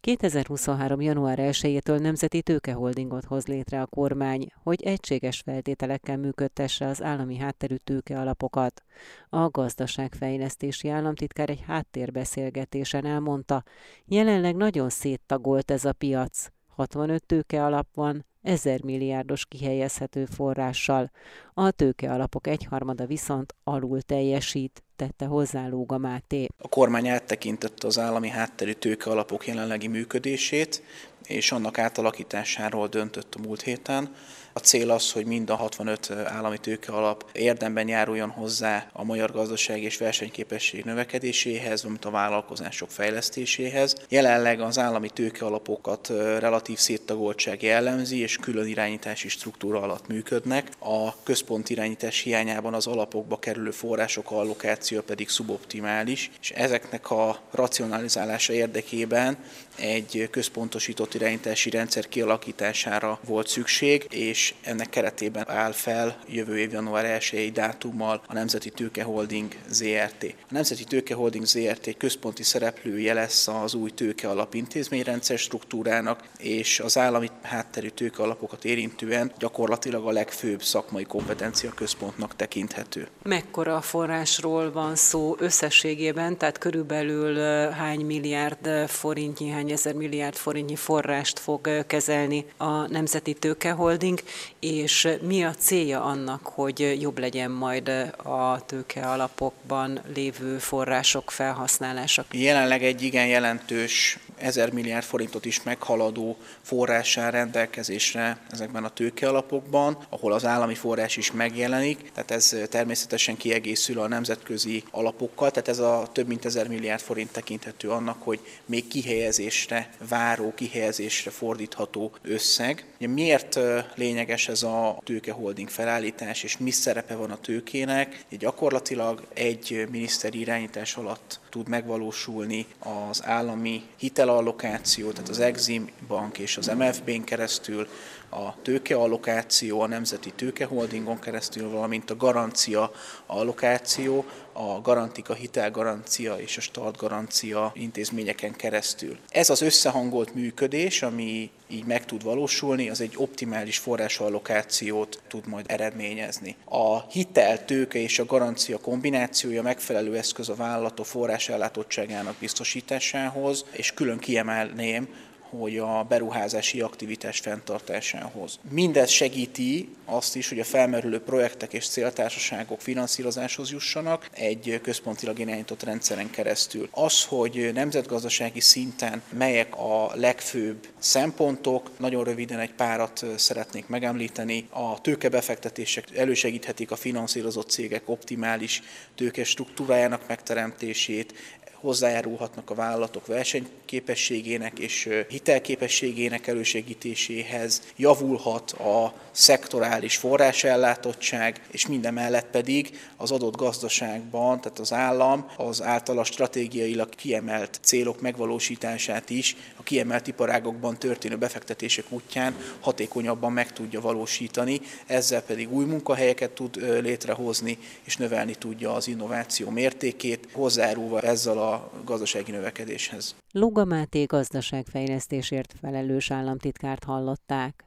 2023. január 1-től nemzeti tőkeholdingot hoz létre a kormány, hogy egységes feltételekkel működtesse az állami hátterű tőkealapokat. A gazdaságfejlesztési államtitkár egy háttérbeszélgetésen elmondta, jelenleg nagyon széttagolt ez a piac. 65 tőkealap van, 1000 milliárdos kihelyezhető forrással. A tőkealapok egyharmada viszont alul teljesít, tette hozzá Lóga Máté. A kormány áttekintette az állami hátterű tőkealapok jelenlegi működését, és annak átalakításáról döntött a múlt héten. A cél az, hogy mind a 65 állami tőkealap érdemben járuljon hozzá a magyar gazdaság és versenyképesség növekedéséhez, valamint a vállalkozások fejlesztéséhez. Jelenleg az állami tőkealapokat relatív széttagoltság jellemzi, és külön irányítási struktúra alatt működnek. A központi irányítás hiányában az alapokba kerülő források allokációja pedig szuboptimális, és ezeknek a racionalizálása érdekében egy központosított irányítási rendszer kialakítására volt szükség, és ennek keretében áll fel jövő év január 1-i dátummal a Nemzeti Tőkeholding Zrt. A Nemzeti Tőkeholding Zrt. Egy központi szereplője lesz az új tőkealap intézményrendszer struktúrának, és az állami hátterű tőkealapokat érintően gyakorlatilag a legfőbb szakmai kompetencia központnak tekinthető. Mekkora forrásról van szó összességében, tehát körülbelül hány milliárd forintnyi, hány ezer milliárd forintnyi forrást fog kezelni a Nemzeti Tőkeholding, és mi a célja annak, hogy jobb legyen majd a tőkealapokban lévő források felhasználása? Jelenleg egy igen jelentős 1000 milliárd forintot is meghaladó forrás áll rendelkezésre ezekben a tőkealapokban, ahol az állami forrás is megjelenik, tehát ez természetesen kiegészül a nemzetközi alapokkal, tehát ez a több mint 1000 milliárd forint tekinthető annak, hogy még kihelyezésre váró, kihelyezésre fordítható összeg. Ugye miért lényeges ez a tőkeholding felállítás, és mi szerepe van a tőkének? Gyakorlatilag egy miniszteri irányítás alatt tud megvalósulni az állami hitelallokáció, tehát az Exim Bank és az MFB-n keresztül, a tőkeallokáció, a Nemzeti Tőkeholdingon keresztül, valamint a garancia allokáció, a Garantika hitelgarancia és a startgarancia intézményeken keresztül. Ez az összehangolt működés, ami így meg tud valósulni, az egy optimális forrásallokációt tud majd eredményezni. A hitel, tőke és a garancia kombinációja megfelelő eszköz a vállalatok forrásellátottságának biztosításához, és külön kiemelném, hogy a beruházási aktivitás fenntartásához. Mindez segíti azt is, hogy a felmerülő projektek és céltársaságok finanszírozáshoz jussanak egy központilag irányított rendszeren keresztül. Az, hogy nemzetgazdasági szinten melyek a legfőbb szempontok, nagyon röviden egy párat szeretnék megemlíteni. A tőkebefektetések elősegíthetik a finanszírozott cégek optimális tőkestruktúrájának megteremtését, hozzájárulhatnak a vállalatok versenyképességének és hitelképességének elősegítéséhez, javulhat a szektorális forrásellátottság, és mindemellett pedig az adott gazdaságban, tehát az állam az általa stratégiailag kiemelt célok megvalósítását is a kiemelt iparágokban történő befektetések útján hatékonyabban meg tudja valósítani, ezzel pedig új munkahelyeket tud létrehozni, és növelni tudja az innováció mértékét, hozzájárulva ezzel a gazdasági növekedéshez. Lóga Máté gazdaságfejlesztésért felelős államtitkárt hallották.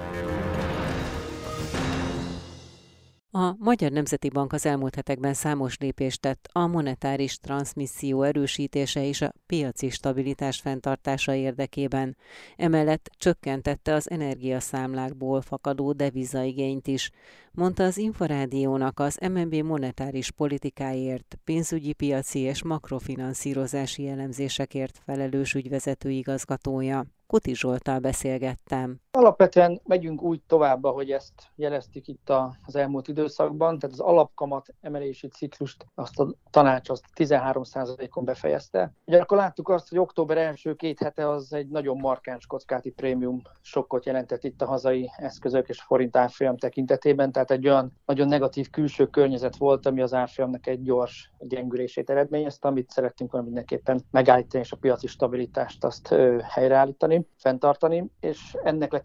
A Magyar Nemzeti Bank az elmúlt hetekben számos lépést tett a monetáris transzmisszió erősítése és a piaci stabilitás fenntartása érdekében. Emellett csökkentette az energiaszámlákból fakadó devizaigényt is, mondta az Inforádiónak az MNB monetáris politikáért, pénzügyi piaci és makrofinanszírozási elemzésekért felelős ügyvezető igazgatója. Kuti Zsolttal beszélgettem. Alapvetően megyünk úgy tovább, ahogy ezt jeleztük itt az elmúlt időszakban, tehát az alapkamat emelési ciklust azt a tanács 13%-on befejezte. Ugyanakkor láttuk azt, hogy október első 2 hete az egy nagyon markáns kockázati prémium sokkot jelentett itt a hazai eszközök és forint árfolyam tekintetében, tehát egy olyan nagyon negatív külső környezet volt, ami az árfolyamnak egy gyors gyengülését eredményezte, amit szerettünk volna mindenképpen megállítani, és a piaci stabilitást azt helyreállítani, fenntartani, és ennek lett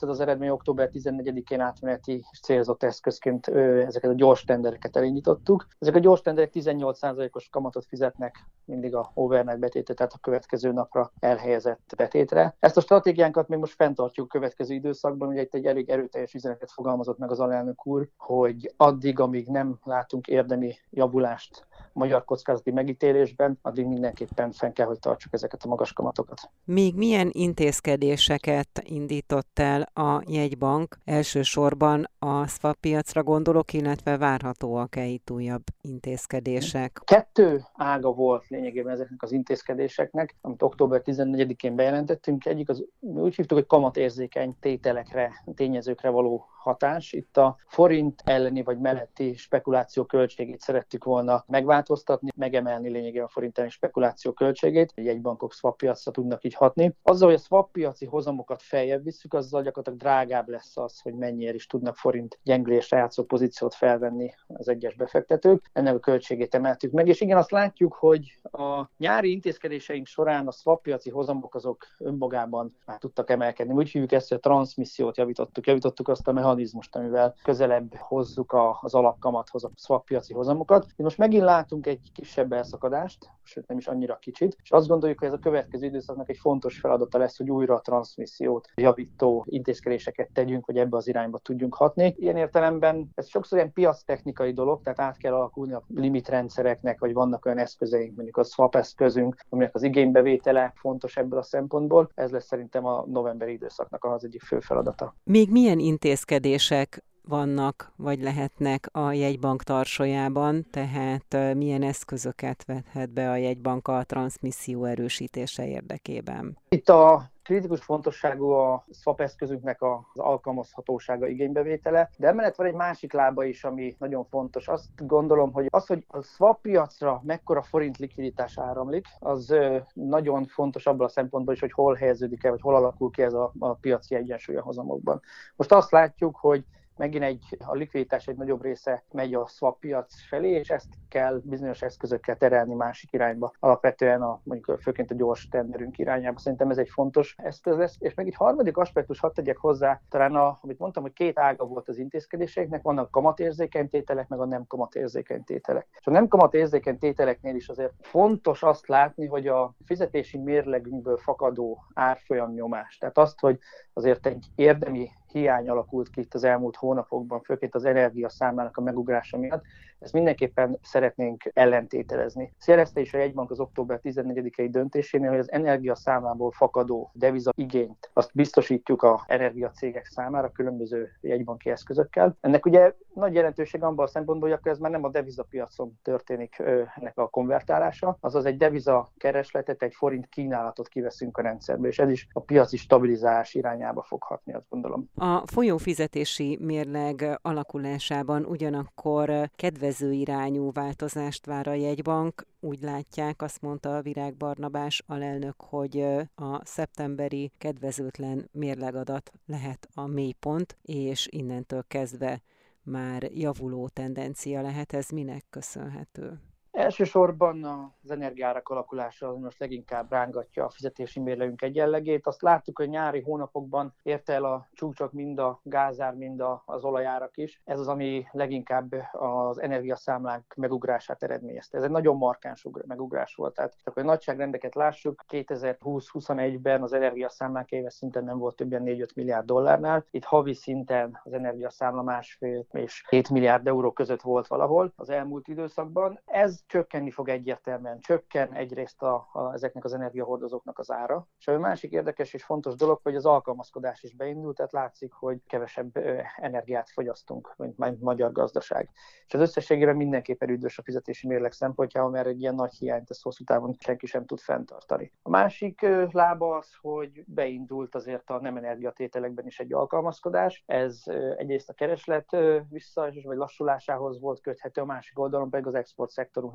az az eredmény, október 14-én átmeneti és célzott eszközként ezeket a gyors tendereket elindítottuk. Ezek a gyors tenderek 18%-os kamatot fizetnek mindig a overnight betétre, tehát a következő napra elhelyezett betétre. Ezt a stratégiánkat még most fenntartjuk a következő időszakban, ugye itt egy elég erőteljes üzenetet fogalmazott meg az alelnök úr, hogy addig, amíg nem látunk érdemi javulást a magyar kockázati megítélésben, addig mindenképpen fenn kell, hogy tartsuk ezeket a magas kamatokat. Még milyen intézkedéseket indított el a jegybank? Elsősorban a swap piacra gondolok, illetve várhatóak-e itt újabb intézkedések? 2 ága volt lényegében ezeknek az intézkedéseknek, amit október 14-én bejelentettünk. Egyik az, úgy hívtuk, hogy kamatérzékeny tételekre, tényezőkre való hatás. Itt a forint elleni vagy melletti spekuláció költségét szerettük volna megváltoztatni, megemelni lényegében a forint elleni spekuláció költségét. Jegybankok swap piacra tudnak így hatni. Azzal, hogy a swap piaci hozamokat feljebb visszük, azzal gyakorlatilag drágább lesz az, hogy mennyire is tudnak forint gyengülésre játszó pozíciót felvenni az egyes befektetők. Ennek a költségét emeltük meg, és igen, azt látjuk, hogy a nyári intézkedéseink során a swap piaci hozamok azok önmagában már tudtak emelkedni. Úgy hívjuk ezt, hogy a transmissziót javítottuk azt a mechanizmust, amivel közelebb hozzuk az alapkamathoz a swap piaci hozamokat. Most megint látunk egy kisebb elszakadást, sőt nem is annyira kicsit, és azt gondoljuk, hogy ez a következő időszaknak egy fontos feladata lesz, hogy újra a transmissziót javító intézkedéseket tegyünk, hogy ebbe az irányba tudjunk hatni. Ilyen értelemben ez sokszor ilyen piactechnikai dolog, tehát át kell alakulni a limitrendszereknek, vagy vannak olyan eszközeink, mondjuk a swap eszközünk, aminek az igénybevétele fontos ebből a szempontból. Ez lesz szerintem a novemberi időszaknak az egyik fő feladata. Még milyen intézkedések vannak, vagy lehetnek a jegybank tarsójában, tehát milyen eszközöket vethet be a jegybank a transzmisszió erősítése érdekében? Itt a kritikus fontosságú a swap eszközünknek az alkalmazhatósága, igénybevétele, de emellett van egy másik lába is, ami nagyon fontos. Azt gondolom, hogy hogy a swap piacra mekkora forint likviditás áramlik, az nagyon fontos abban a szempontból is, hogy hol helyeződik el, vagy hol alakul ki ez a piaci egyensúly a hozamokban. Most azt látjuk, hogy megint a likviditás egy nagyobb része megy a swap piac felé, és ezt kell bizonyos eszközökkel terelni másik irányba. Alapvetően mondjuk főként a gyors tenderünk irányába. Szerintem ez egy fontos eszköz lesz. És meg egy harmadik aspektus, hadd tegyek hozzá, talán amit mondtam, hogy 2 ága volt az intézkedéseknek, vannak kamatérzékeny tételek, meg a nem kamatérzékeny tételek. És a nem kamatérzékeny tételeknél is azért fontos azt látni, hogy a fizetési mérlegünkből fakadó árfolyam nyomás. Tehát azt, hogy azért egy érdemi hiány alakult ki itt az elmúlt hónapokban, főként az energiaszámlának a megugrása miatt, ezt mindenképpen szeretnénk ellentételezni. Jelezte is a jegybank az október 14-i döntésénél, hogy az energiaszámlából fakadó deviza igényt azt biztosítjuk az energiacégek számára különböző jegybanki eszközökkel. Ennek ugye nagy jelentőség abban a szempontból, hogy akkor ez már nem a devizapiacon történik ennek a konvertálása, azaz egy deviza keresletet, egy forint kínálatot kiveszünk a rendszerből, és ez is a piaci stabilizálás irányába fog hatni, azt gondolom. A folyófizetési mérleg alakulásában ugyanakkor kedvező irányú változást vár a jegybank. Úgy látják, azt mondta Virág Barnabás alelnök, hogy a szeptemberi kedvezőtlen mérlegadat lehet a mélypont, és innentől kezdve már javuló tendencia lehet. Ez minek köszönhető? Elsősorban az energiárak alakulása az most leginkább rángatja a fizetési mérlegünk egyenlegét. Azt láttuk, hogy nyári hónapokban érte el a csúcsok mind a gázár, mind az olajárak is. Ez az, ami leginkább az energiaszámlánk megugrását eredményezte. Ez egy nagyon markáns megugrás volt. Tehát csak hogy nagyságrendeket lássuk, 2020-21-ben az energiaszámlánk éves szinten nem volt több 4-5 milliárd dollárnál. Itt havi szinten az energiaszámla 1,5 és 7 milliárd euró között volt valahol az elmúlt időszakban. Ez csökkenni fog egyértelműen. Csökken egyrészt ezeknek az energiahordozóknak az ára. És a másik érdekes és fontos dolog, hogy az alkalmazkodás is beindult, tehát látszik, hogy kevesebb energiát fogyasztunk, mint magyar gazdaság. És az összességében mindenképpen üdvös a fizetési mérleg szempontjából, mert egy ilyen nagy hiányt ezt hosszú távon senki sem tud fenntartani. A másik lába az, hogy beindult azért a nem energiatételekben is egy alkalmazkodás. Ez egyrészt a kereslet visszaesés vagy lassulásához volt köthető, a másik oldalon pedig az export szektorunk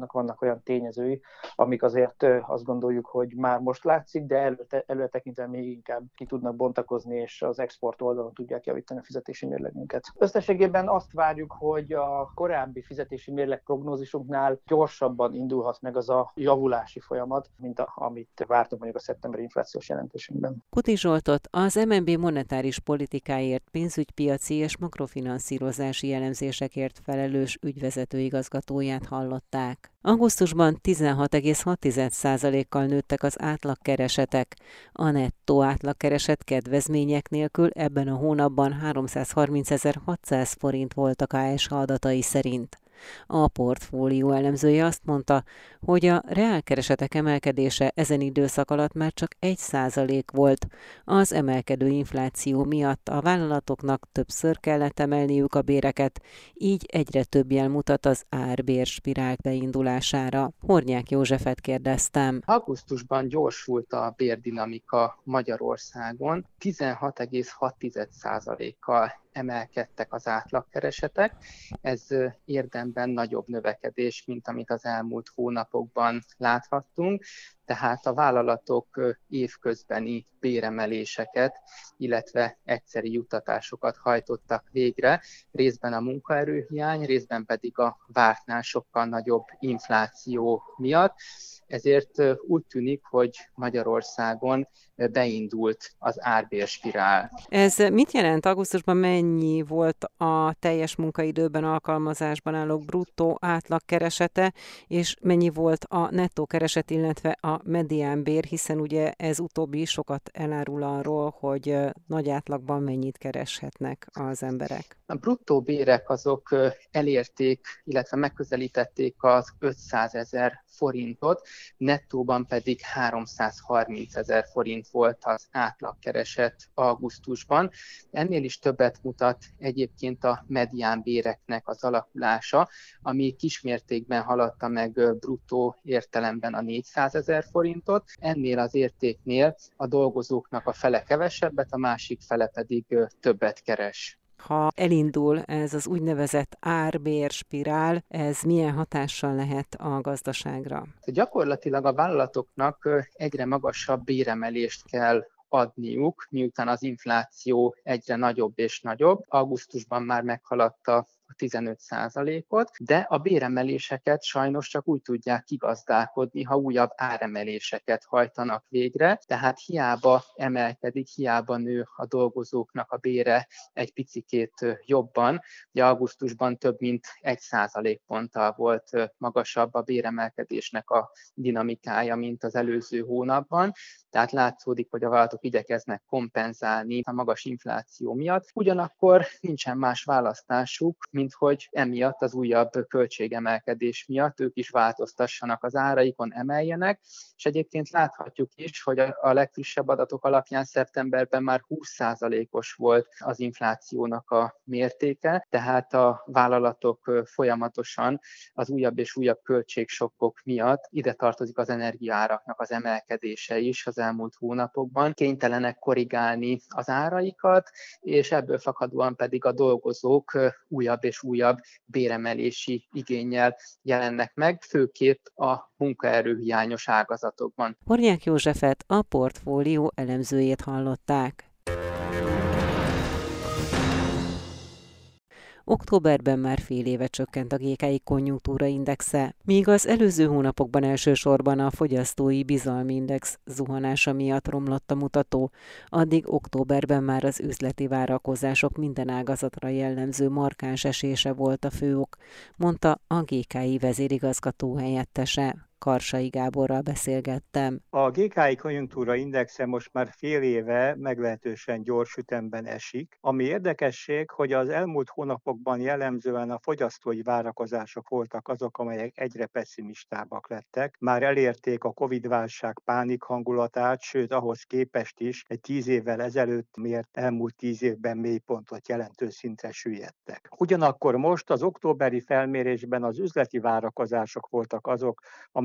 dolognak vannak olyan tényezői, amik azért azt gondoljuk, hogy már most látszik, de előre tekintve még inkább ki tudnak bontakozni, és az export oldalon tudják javítani a fizetési mérlegünket. Összességében azt várjuk, hogy a korábbi fizetési mérleg prognózisunknál gyorsabban indulhat meg az a javulási folyamat, mint amit vártunk mondjuk a szeptemberi inflációs jelentésünkben. Kuti Zsoltot, az MNB monetáris politikáért, pénzügypiaci és makrofinanszírozási elemzésekért felelős ügyvezető igazgatóját hallották. Augusztusban 16,6%-kal nőttek az átlagkeresetek. A nettó átlagkereset kedvezmények nélkül ebben a hónapban 330.600 forint volt a KSH adatai szerint. A portfólió elemzője azt mondta, hogy a reálkeresetek emelkedése ezen időszak alatt már csak 1% volt. Az emelkedő infláció miatt a vállalatoknak többször kellett emelniük a béreket, így egyre több jel mutat az árbérspirál beindulására. Hornyák Józsefet kérdeztem. Augusztusban gyorsult a bérdinamika Magyarországon, 16,6%-kal emelkedtek az átlagkeresetek. Ez érdemben nagyobb növekedés, mint amit az elmúlt hónapokban láthattunk. Tehát a vállalatok évközbeni béremeléseket, illetve egyszeri juttatásokat hajtottak végre, részben a munkaerőhiány, részben pedig a vártnál sokkal nagyobb infláció miatt. Ezért úgy tűnik, hogy Magyarországon beindult az árbérspirál. Ez mit jelent? Augusztusban mennyi volt a teljes munkaidőben alkalmazásban állók bruttó átlagkeresete, és mennyi volt a nettó kereset, illetve a mediánbér, hiszen ugye ez utóbbi sokat elárul arról, hogy nagy átlagban mennyit kereshetnek az emberek. A bruttó bérek azok elérték, illetve megközelítették az 500 000 forintot, nettóban pedig 330 000 forint volt az átlagkereset augusztusban. Ennél is többet mutat egyébként a mediánbéreknek az alakulása, ami kismértékben haladta meg bruttó értelemben a 400 000 forintot. Ennél az értéknél a dolgozóknak a fele kevesebbet, a másik fele pedig többet keres. Ha elindul ez az úgynevezett árbérspirál, ez milyen hatással lehet a gazdaságra? Gyakorlatilag a vállalatoknak egyre magasabb béremelést kell adniuk, miután az infláció egyre nagyobb és nagyobb. Augusztusban már meghaladta a 15%-ot, de a béremeléseket sajnos csak úgy tudják kigazdálkodni, ha újabb áremeléseket hajtanak végre, tehát hiába emelkedik, hiába nő a dolgozóknak a bére egy picikét jobban. Ugye augusztusban több mint 1%-ponttal volt magasabb a béremelkedésnek a dinamikája, mint az előző hónapban, tehát látszódik, hogy a vállalatok igyekeznek kompenzálni a magas infláció miatt. Ugyanakkor nincsen más választásuk, mint hogy emiatt az újabb költségemelkedés miatt ők is változtassanak az áraikon, emeljenek, és egyébként láthatjuk is, hogy a legfrissebb adatok alapján szeptemberben már 20%-os volt az inflációnak a mértéke, tehát a vállalatok folyamatosan az újabb és újabb költségsokkok miatt, ide tartozik az energiaáraknak az emelkedése is az elmúlt hónapokban, kénytelenek korrigálni az áraikat, és ebből fakadóan pedig a dolgozók újabb és újabb béremelési igénnyel jelennek meg, főképp a munkaerőhiányos ágazatokban. Hornyák Józsefet, a portfólió elemzőjét hallották. Októberben már fél éve csökkent a GKI konjunktúraindexe, míg az előző hónapokban elsősorban a fogyasztói bizalmindex zuhanása miatt romlott a mutató, addig októberben már az üzleti várakozások minden ágazatra jellemző markáns esése volt a fő ok, mondta a GKI vezérigazgató helyettese. Karsai Gáborral beszélgettem. A GKI konjunktúra indexe most már fél éve meglehetősen gyors ütemben esik. Ami érdekesség, hogy az elmúlt hónapokban jellemzően a fogyasztói várakozások voltak azok, amelyek egyre pesszimistábbak lettek. Már elérték a Covid-válság pánik hangulatát, sőt ahhoz képest is egy 10 évvel ezelőtt mért elmúlt 10 évben mélypontot jelentő szintre süllyedtek. Ugyanakkor most az októberi felmérésben az üzleti várakozások voltak azok, amelyek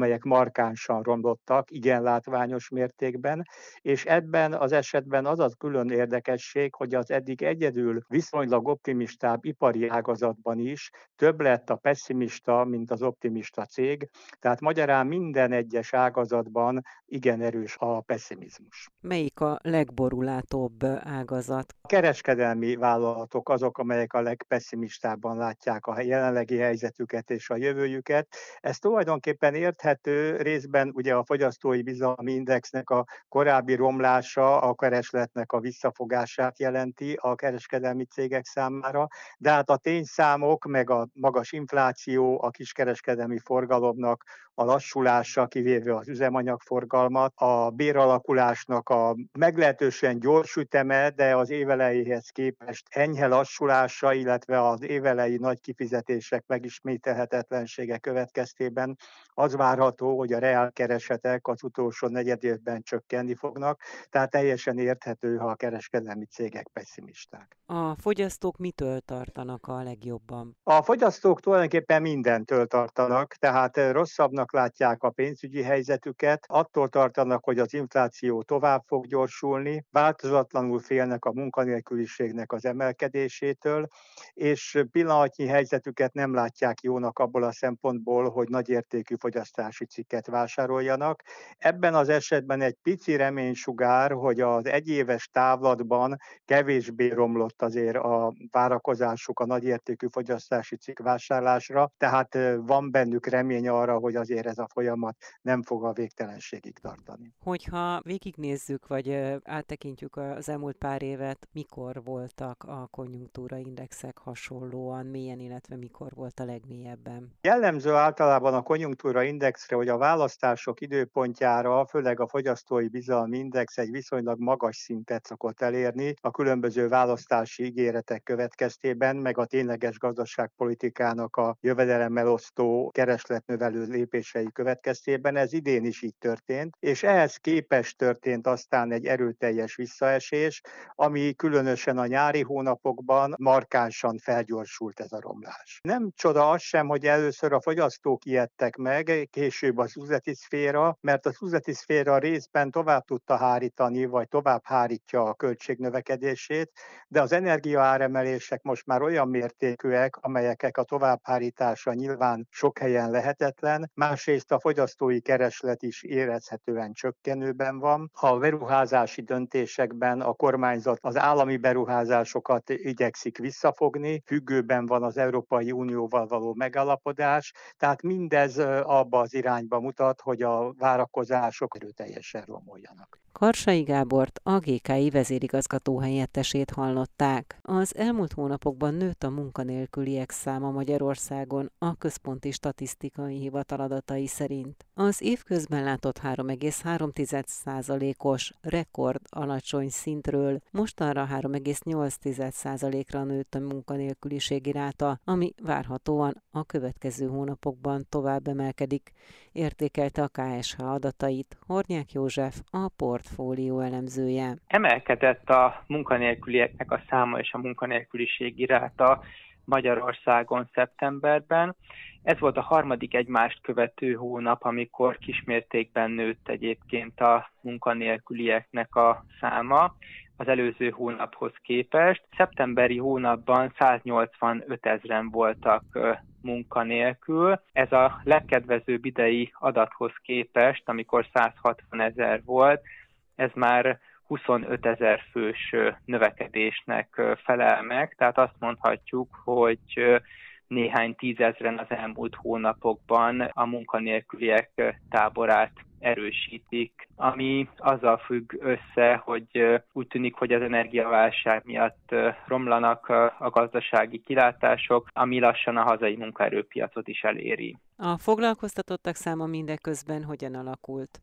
amelyek markánsan romlottak, igen látványos mértékben, és ebben az esetben az külön érdekesség, hogy az eddig egyedül viszonylag optimistább ipari ágazatban is több lett a pesszimista, mint az optimista cég, tehát magyarán minden egyes ágazatban igen erős a pesszimizmus. Melyik a legborulátóbb ágazat? A kereskedelmi vállalatok azok, amelyek a legpesszimistábban látják a jelenlegi helyzetüket és a jövőjüket. Ez tulajdonképpen érthető, részben ugye a fogyasztói bizalmi indexnek a korábbi romlása, a keresletnek a visszafogását jelenti a kereskedelmi cégek számára, de hát a tényszámok, meg a magas infláció, a kiskereskedelmi forgalomnak a lassulása, kivéve az üzemanyagforgalmat, a béralakulásnak a meglehetősen gyors üteme, de az évelejéhez képest enyhe lassulása, illetve az évelei nagy kifizetések megismételhetetlensége következtében az várható, hogy a reálkeresetek az utolsó negyedévben csökkenni fognak, tehát teljesen érthető, ha a kereskedelmi cégek pesszimisták. A fogyasztók mitől tartanak a legjobban? A fogyasztók tulajdonképpen mindentől tartanak, tehát rosszabbnak látják a pénzügyi helyzetüket, attól tartanak, hogy az infláció tovább fog gyorsulni, változatlanul félnek a munkanélküliségnek az emelkedésétől, és pillanatnyi helyzetüket nem látják jónak abból a szempontból, hogy nagyértékű fogyasztási cikket vásároljanak. Ebben az esetben egy pici reménysugár, hogy az egyéves távlatban kevésbé romlott azért a várakozásuk a nagyértékű fogyasztási cikk vásárlásra, tehát van bennük remény arra, hogy azért ez a folyamat nem fog a végtelenségig tartani. Hogyha végignézzük, vagy áttekintjük az elmúlt pár évet, mikor voltak a konjunktúraindexek hasonlóan mélyen, illetve mikor volt a legmélyebben? Jellemző általában a konjunktúraindexre, hogy a választások időpontjára, főleg a fogyasztói bizalmi index egy viszonylag magas szintet szokott elérni a különböző választási ígéretek következtében, meg a tényleges gazdaságpolitikának a jövedelemelosztó, keresletnövelő lépései következtében. Ez idén is így történt, és ehhez képest történt aztán egy erőteljes visszaesés, ami különösen a nyári hónapokban markánsan felgyorsult ez a romlás. Nem csoda az sem, hogy először a fogyasztók ijedtek meg, később az üzleti szféra, mert az üzleti szféra részben tovább tudta hárítani, vagy tovább hárítja a költségnövekedését, de az energiaáremelések most már olyan mértékűek, amelyek a továbbhárítása nyilván sok helyen lehetetlen, másrészt a fogyasztói kereslet is érezhetően csökkenőben van. A beruházási döntésekben a kormányzat az állami beruházásokat igyekszik visszafogni, függőben van az Európai Unióval való megállapodás, tehát mindez abba az irányba mutat, hogy a várakozások erőteljesen romoljanak. Karsai Gábort, a GKI vezérigazgató helyettesét hallották. Az elmúlt hónapokban nőtt a munkanélküliek száma Magyarországon a Központi Statisztikai Hivatal adatai szerint. Az évközben látott 3,3%-os rekord alacsony szintről mostanra 3,8%-ra nőtt a munkanélküliségi ráta, ami várhatóan a következő hónapokban tovább emelkedik, értékelte a KSH adatait Hornyák József, a portfólió elemzője. Emelkedett a munkanélkülieknek a száma és a munkanélküliségi ráta Magyarországon szeptemberben. Ez volt a harmadik egymást követő hónap, amikor kismértékben nőtt egyébként a munkanélkülieknek a száma az előző hónaphoz képest. Szeptemberi hónapban 185 000 voltak munkanélkül. Ez a legkedvezőbb idei adathoz képest, amikor 160 000 volt, ez már 25 000 fős növekedésnek felel meg, tehát azt mondhatjuk, hogy néhány tízezren az elmúlt hónapokban a munkanélküliek táborát erősítik, ami azzal függ össze, hogy úgy tűnik, hogy az energiaválság miatt romlanak a gazdasági kilátások, ami lassan a hazai munkaerőpiacot is eléri. A foglalkoztatottak száma mindeközben hogyan alakult?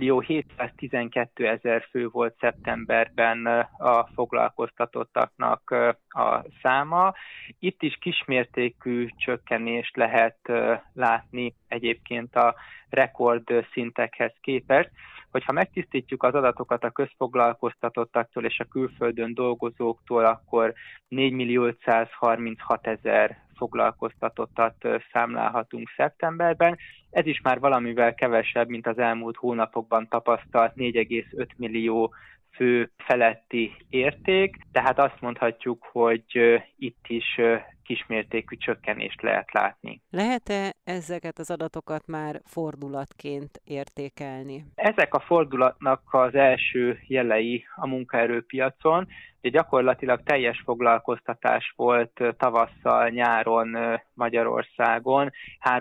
4.712.000 fő volt szeptemberben a foglalkoztatottaknak a száma. Itt is kismértékű csökkenést lehet látni egyébként a rekord szintekhez képest. Hogyha megtisztítjuk az adatokat a közfoglalkoztatottaktól és a külföldön dolgozóktól, akkor 4.536.000 foglalkoztatottat számlálhatunk szeptemberben. Ez is már valamivel kevesebb, mint az elmúlt hónapokban tapasztalt 4,5 millió fő feletti érték, tehát azt mondhatjuk, hogy itt is kismértékű csökkenést lehet látni. Lehet-e ezeket az adatokat már fordulatként értékelni? Ezek a fordulatnak az első jelei a munkaerőpiacon. Ugye gyakorlatilag teljes foglalkoztatás volt tavasszal, nyáron Magyarországon.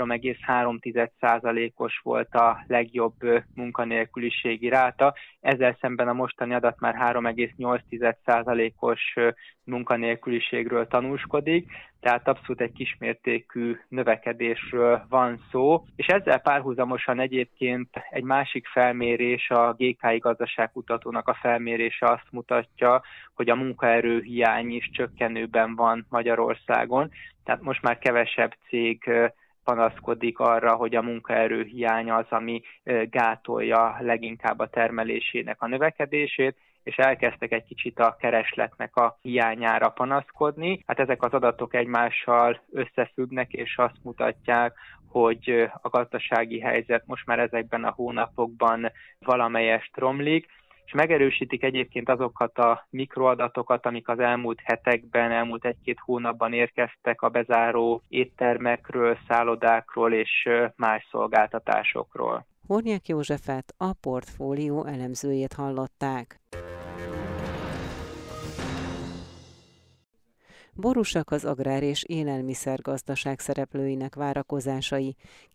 3,3%-os volt a legjobb munkanélküliségi ráta. Ezzel szemben a mostani adat már 3,8%-os munkanélküliségről tanúskodik, tehát abszolút egy kismértékű növekedésről van szó, és ezzel párhuzamosan egyébként egy másik felmérés, a GKI gazdaságkutatónak a felmérése azt mutatja, hogy a munkaerőhiány is csökkenőben van Magyarországon, tehát most már kevesebb cég panaszkodik arra, hogy a munkaerőhiány az, ami gátolja leginkább a termelésének a növekedését, és elkezdtek egy kicsit a keresletnek a hiányára panaszkodni. Hát ezek az adatok egymással összefüggnek, és azt mutatják, hogy a gazdasági helyzet most már ezekben a hónapokban valamelyest romlik, és megerősítik egyébként azokat a mikroadatokat, amik az elmúlt hetekben, elmúlt egy-két hónapban érkeztek a bezáró éttermekről, szállodákról és más szolgáltatásokról. Hornyák Józsefet, a Portfólió elemzőjét hallották. Borúsak az agrár- és élelmiszergazdaság szereplőinek várakozásai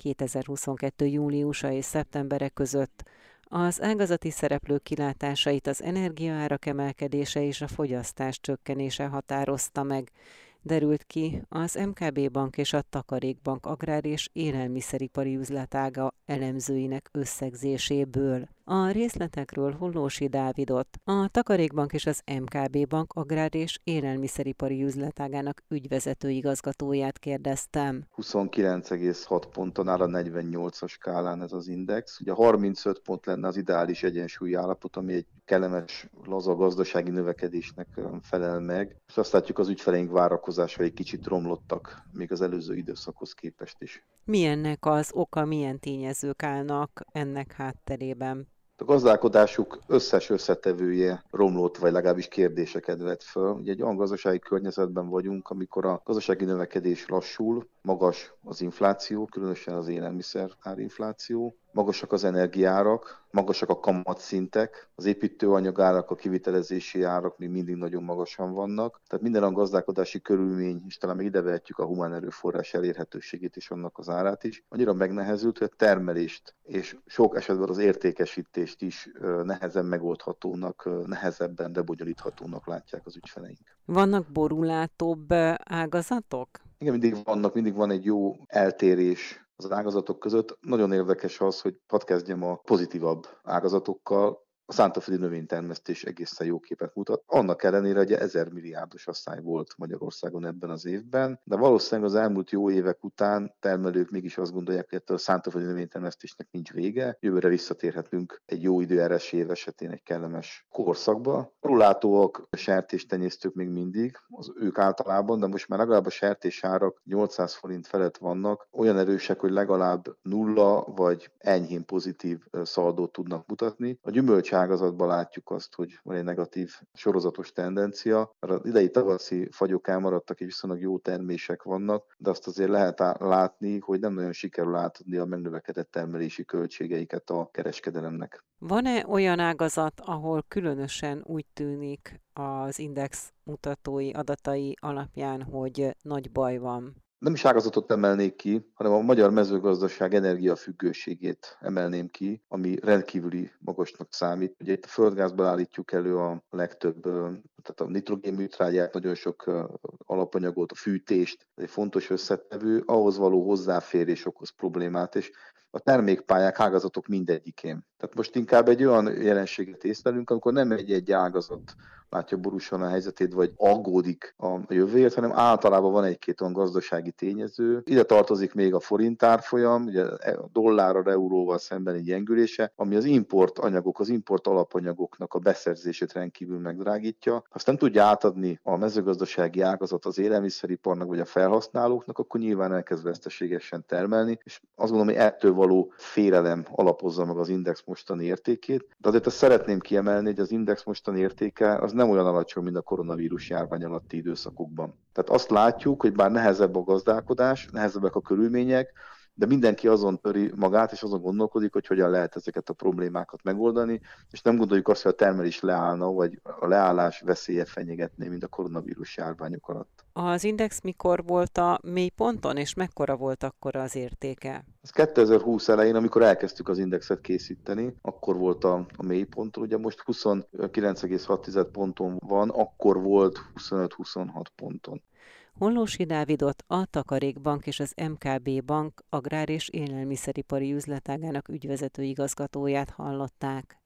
2022. júliusa és szeptembere között. Az ágazati szereplők kilátásait az energiaárak emelkedése és a fogyasztás csökkenése határozta meg. Derült ki az MKB Bank és a Takarékbank agrár- és élelmiszeripari üzletága elemzőinek összegzéséből. A részletekről Hollósi Dávidot, a Takarékbank és az MKB Bank agrár- és élelmiszeripari üzletágának ügyvezető igazgatóját kérdeztem. 29,6 ponton áll a 48-as skálán ez az index. Ugye 35 pont lenne az ideális egyensúlyi állapot, ami egy kellemes, laza gazdasági növekedésnek felel meg. És azt látjuk, az ügyfeleink várakozásai kicsit romlottak, még az előző időszakhoz képest is. Milyennek az oka, milyen tényezők állnak ennek hátterében? A gazdálkodásuk összes összetevője romlott, vagy legalábbis kérdéseket vet föl. Ugye egy olyan gazdasági környezetben vagyunk, amikor a gazdasági növekedés lassul, magas az infláció, különösen az élelmiszer árinfláció, magasak az energiaárak, magasak a kamatszintek, az építőanyagárak, a kivitelezési árak még mindig nagyon magasan vannak. Tehát minden a gazdálkodási körülmény, és talán még ide vehetjük a humán erőforrás elérhetőségét és annak az árát is, annyira megnehezült, hogy a termelést és sok esetben az értékesítést is nehezen megoldhatónak, nehezebben lebonyolíthatónak látják az ügyfeleink. Vannak borulátóbb ágazatok? Igen, mindig van egy jó eltérés az ágazatok között. Nagyon érdekes az, hogy hadd kezdjem a pozitívabb ágazatokkal. A szántóföldi növénytermesztés egészen jó képet mutat. Annak ellenére, hogy 1000 milliárdos asszály volt Magyarországon ebben az évben, de valószínűleg az elmúlt jó évek után termelők mégis azt gondolják, hogy ettől a szántóföldi növénytermesztésnek nincs vége. Jövőre visszatérhetünk egy jó időjárás év esetén egy kellemes korszakba. Borulátóak, sertéstenyésztők még mindig, ők általában, de most már legalább a sertésárak 800 forint felett vannak, olyan erősek, hogy legalább nulla vagy enyhén pozitív szaldót tudnak mutatni. A gyümölcs ágazatban látjuk azt, hogy van egy negatív sorozatos tendencia. Az idei tavaszi fagyok elmaradtak, és viszonylag jó termések vannak, de azt azért lehet látni, hogy nem nagyon sikerül átadni a megnövekedett termelési költségeiket a kereskedelemnek. Van-e olyan ágazat, ahol különösen úgy tűnik az index mutatói adatai alapján, hogy nagy baj van? Nem is ágazatot emelnék ki, hanem a magyar mezőgazdaság energiafüggőségét emelném ki, ami rendkívüli magasnak számít. Ugye itt a földgázból állítjuk elő a legtöbb, tehát a nitrogénműtrágyát, nagyon sok alapanyagot, a fűtést, egy fontos összetevő, ahhoz való hozzáférés okoz problémát, és a termékpályák, ágazatok mindegyikén. Tehát most inkább egy olyan jelenséget észlelünk, amikor nem egy ágazat látja borúsan a helyzetét, vagy aggódik a jövőért, hanem általában van egy-két olyan gazdasági tényező. Ide tartozik még a forint árfolyam, ugye a dollárral, euróval szembeni gyengülése, ami az import anyagok, az import alapanyagoknak a beszerzését rendkívül megdrágítja. Ha azt nem tudja átadni a mezőgazdasági ágazat az élelmiszeriparnak vagy a felhasználóknak, akkor nyilván elkezd veszteségesen termelni, és azt gondolom, hogy ettől való félelem alapozza meg az index mostani értékét. De azért azt szeretném kiemelni, hogy az index mostani értéke az nem olyan alacsony, mint a koronavírus járvány alatti időszakokban. Tehát azt látjuk, hogy bár nehezebb a gazdálkodás, nehezebbek a körülmények, de mindenki azon töri magát, és azon gondolkodik, hogy hogyan lehet ezeket a problémákat megoldani, és nem gondoljuk azt, hogy a termelés leállna, vagy a leállás veszélye fenyegetné, mint a koronavírus járványok alatt. Az index mikor volt a mély ponton, és mekkora volt akkor az értéke? Ez 2020 elején, amikor elkezdtük az indexet készíteni, akkor volt a mély ponton, ugye most 29,6 ponton van, akkor volt 25-26 ponton. Hollósy Dávidot, a Takarékbank és az MKB Bank agrár- és élelmiszeripari üzletágának ügyvezető igazgatóját hallották.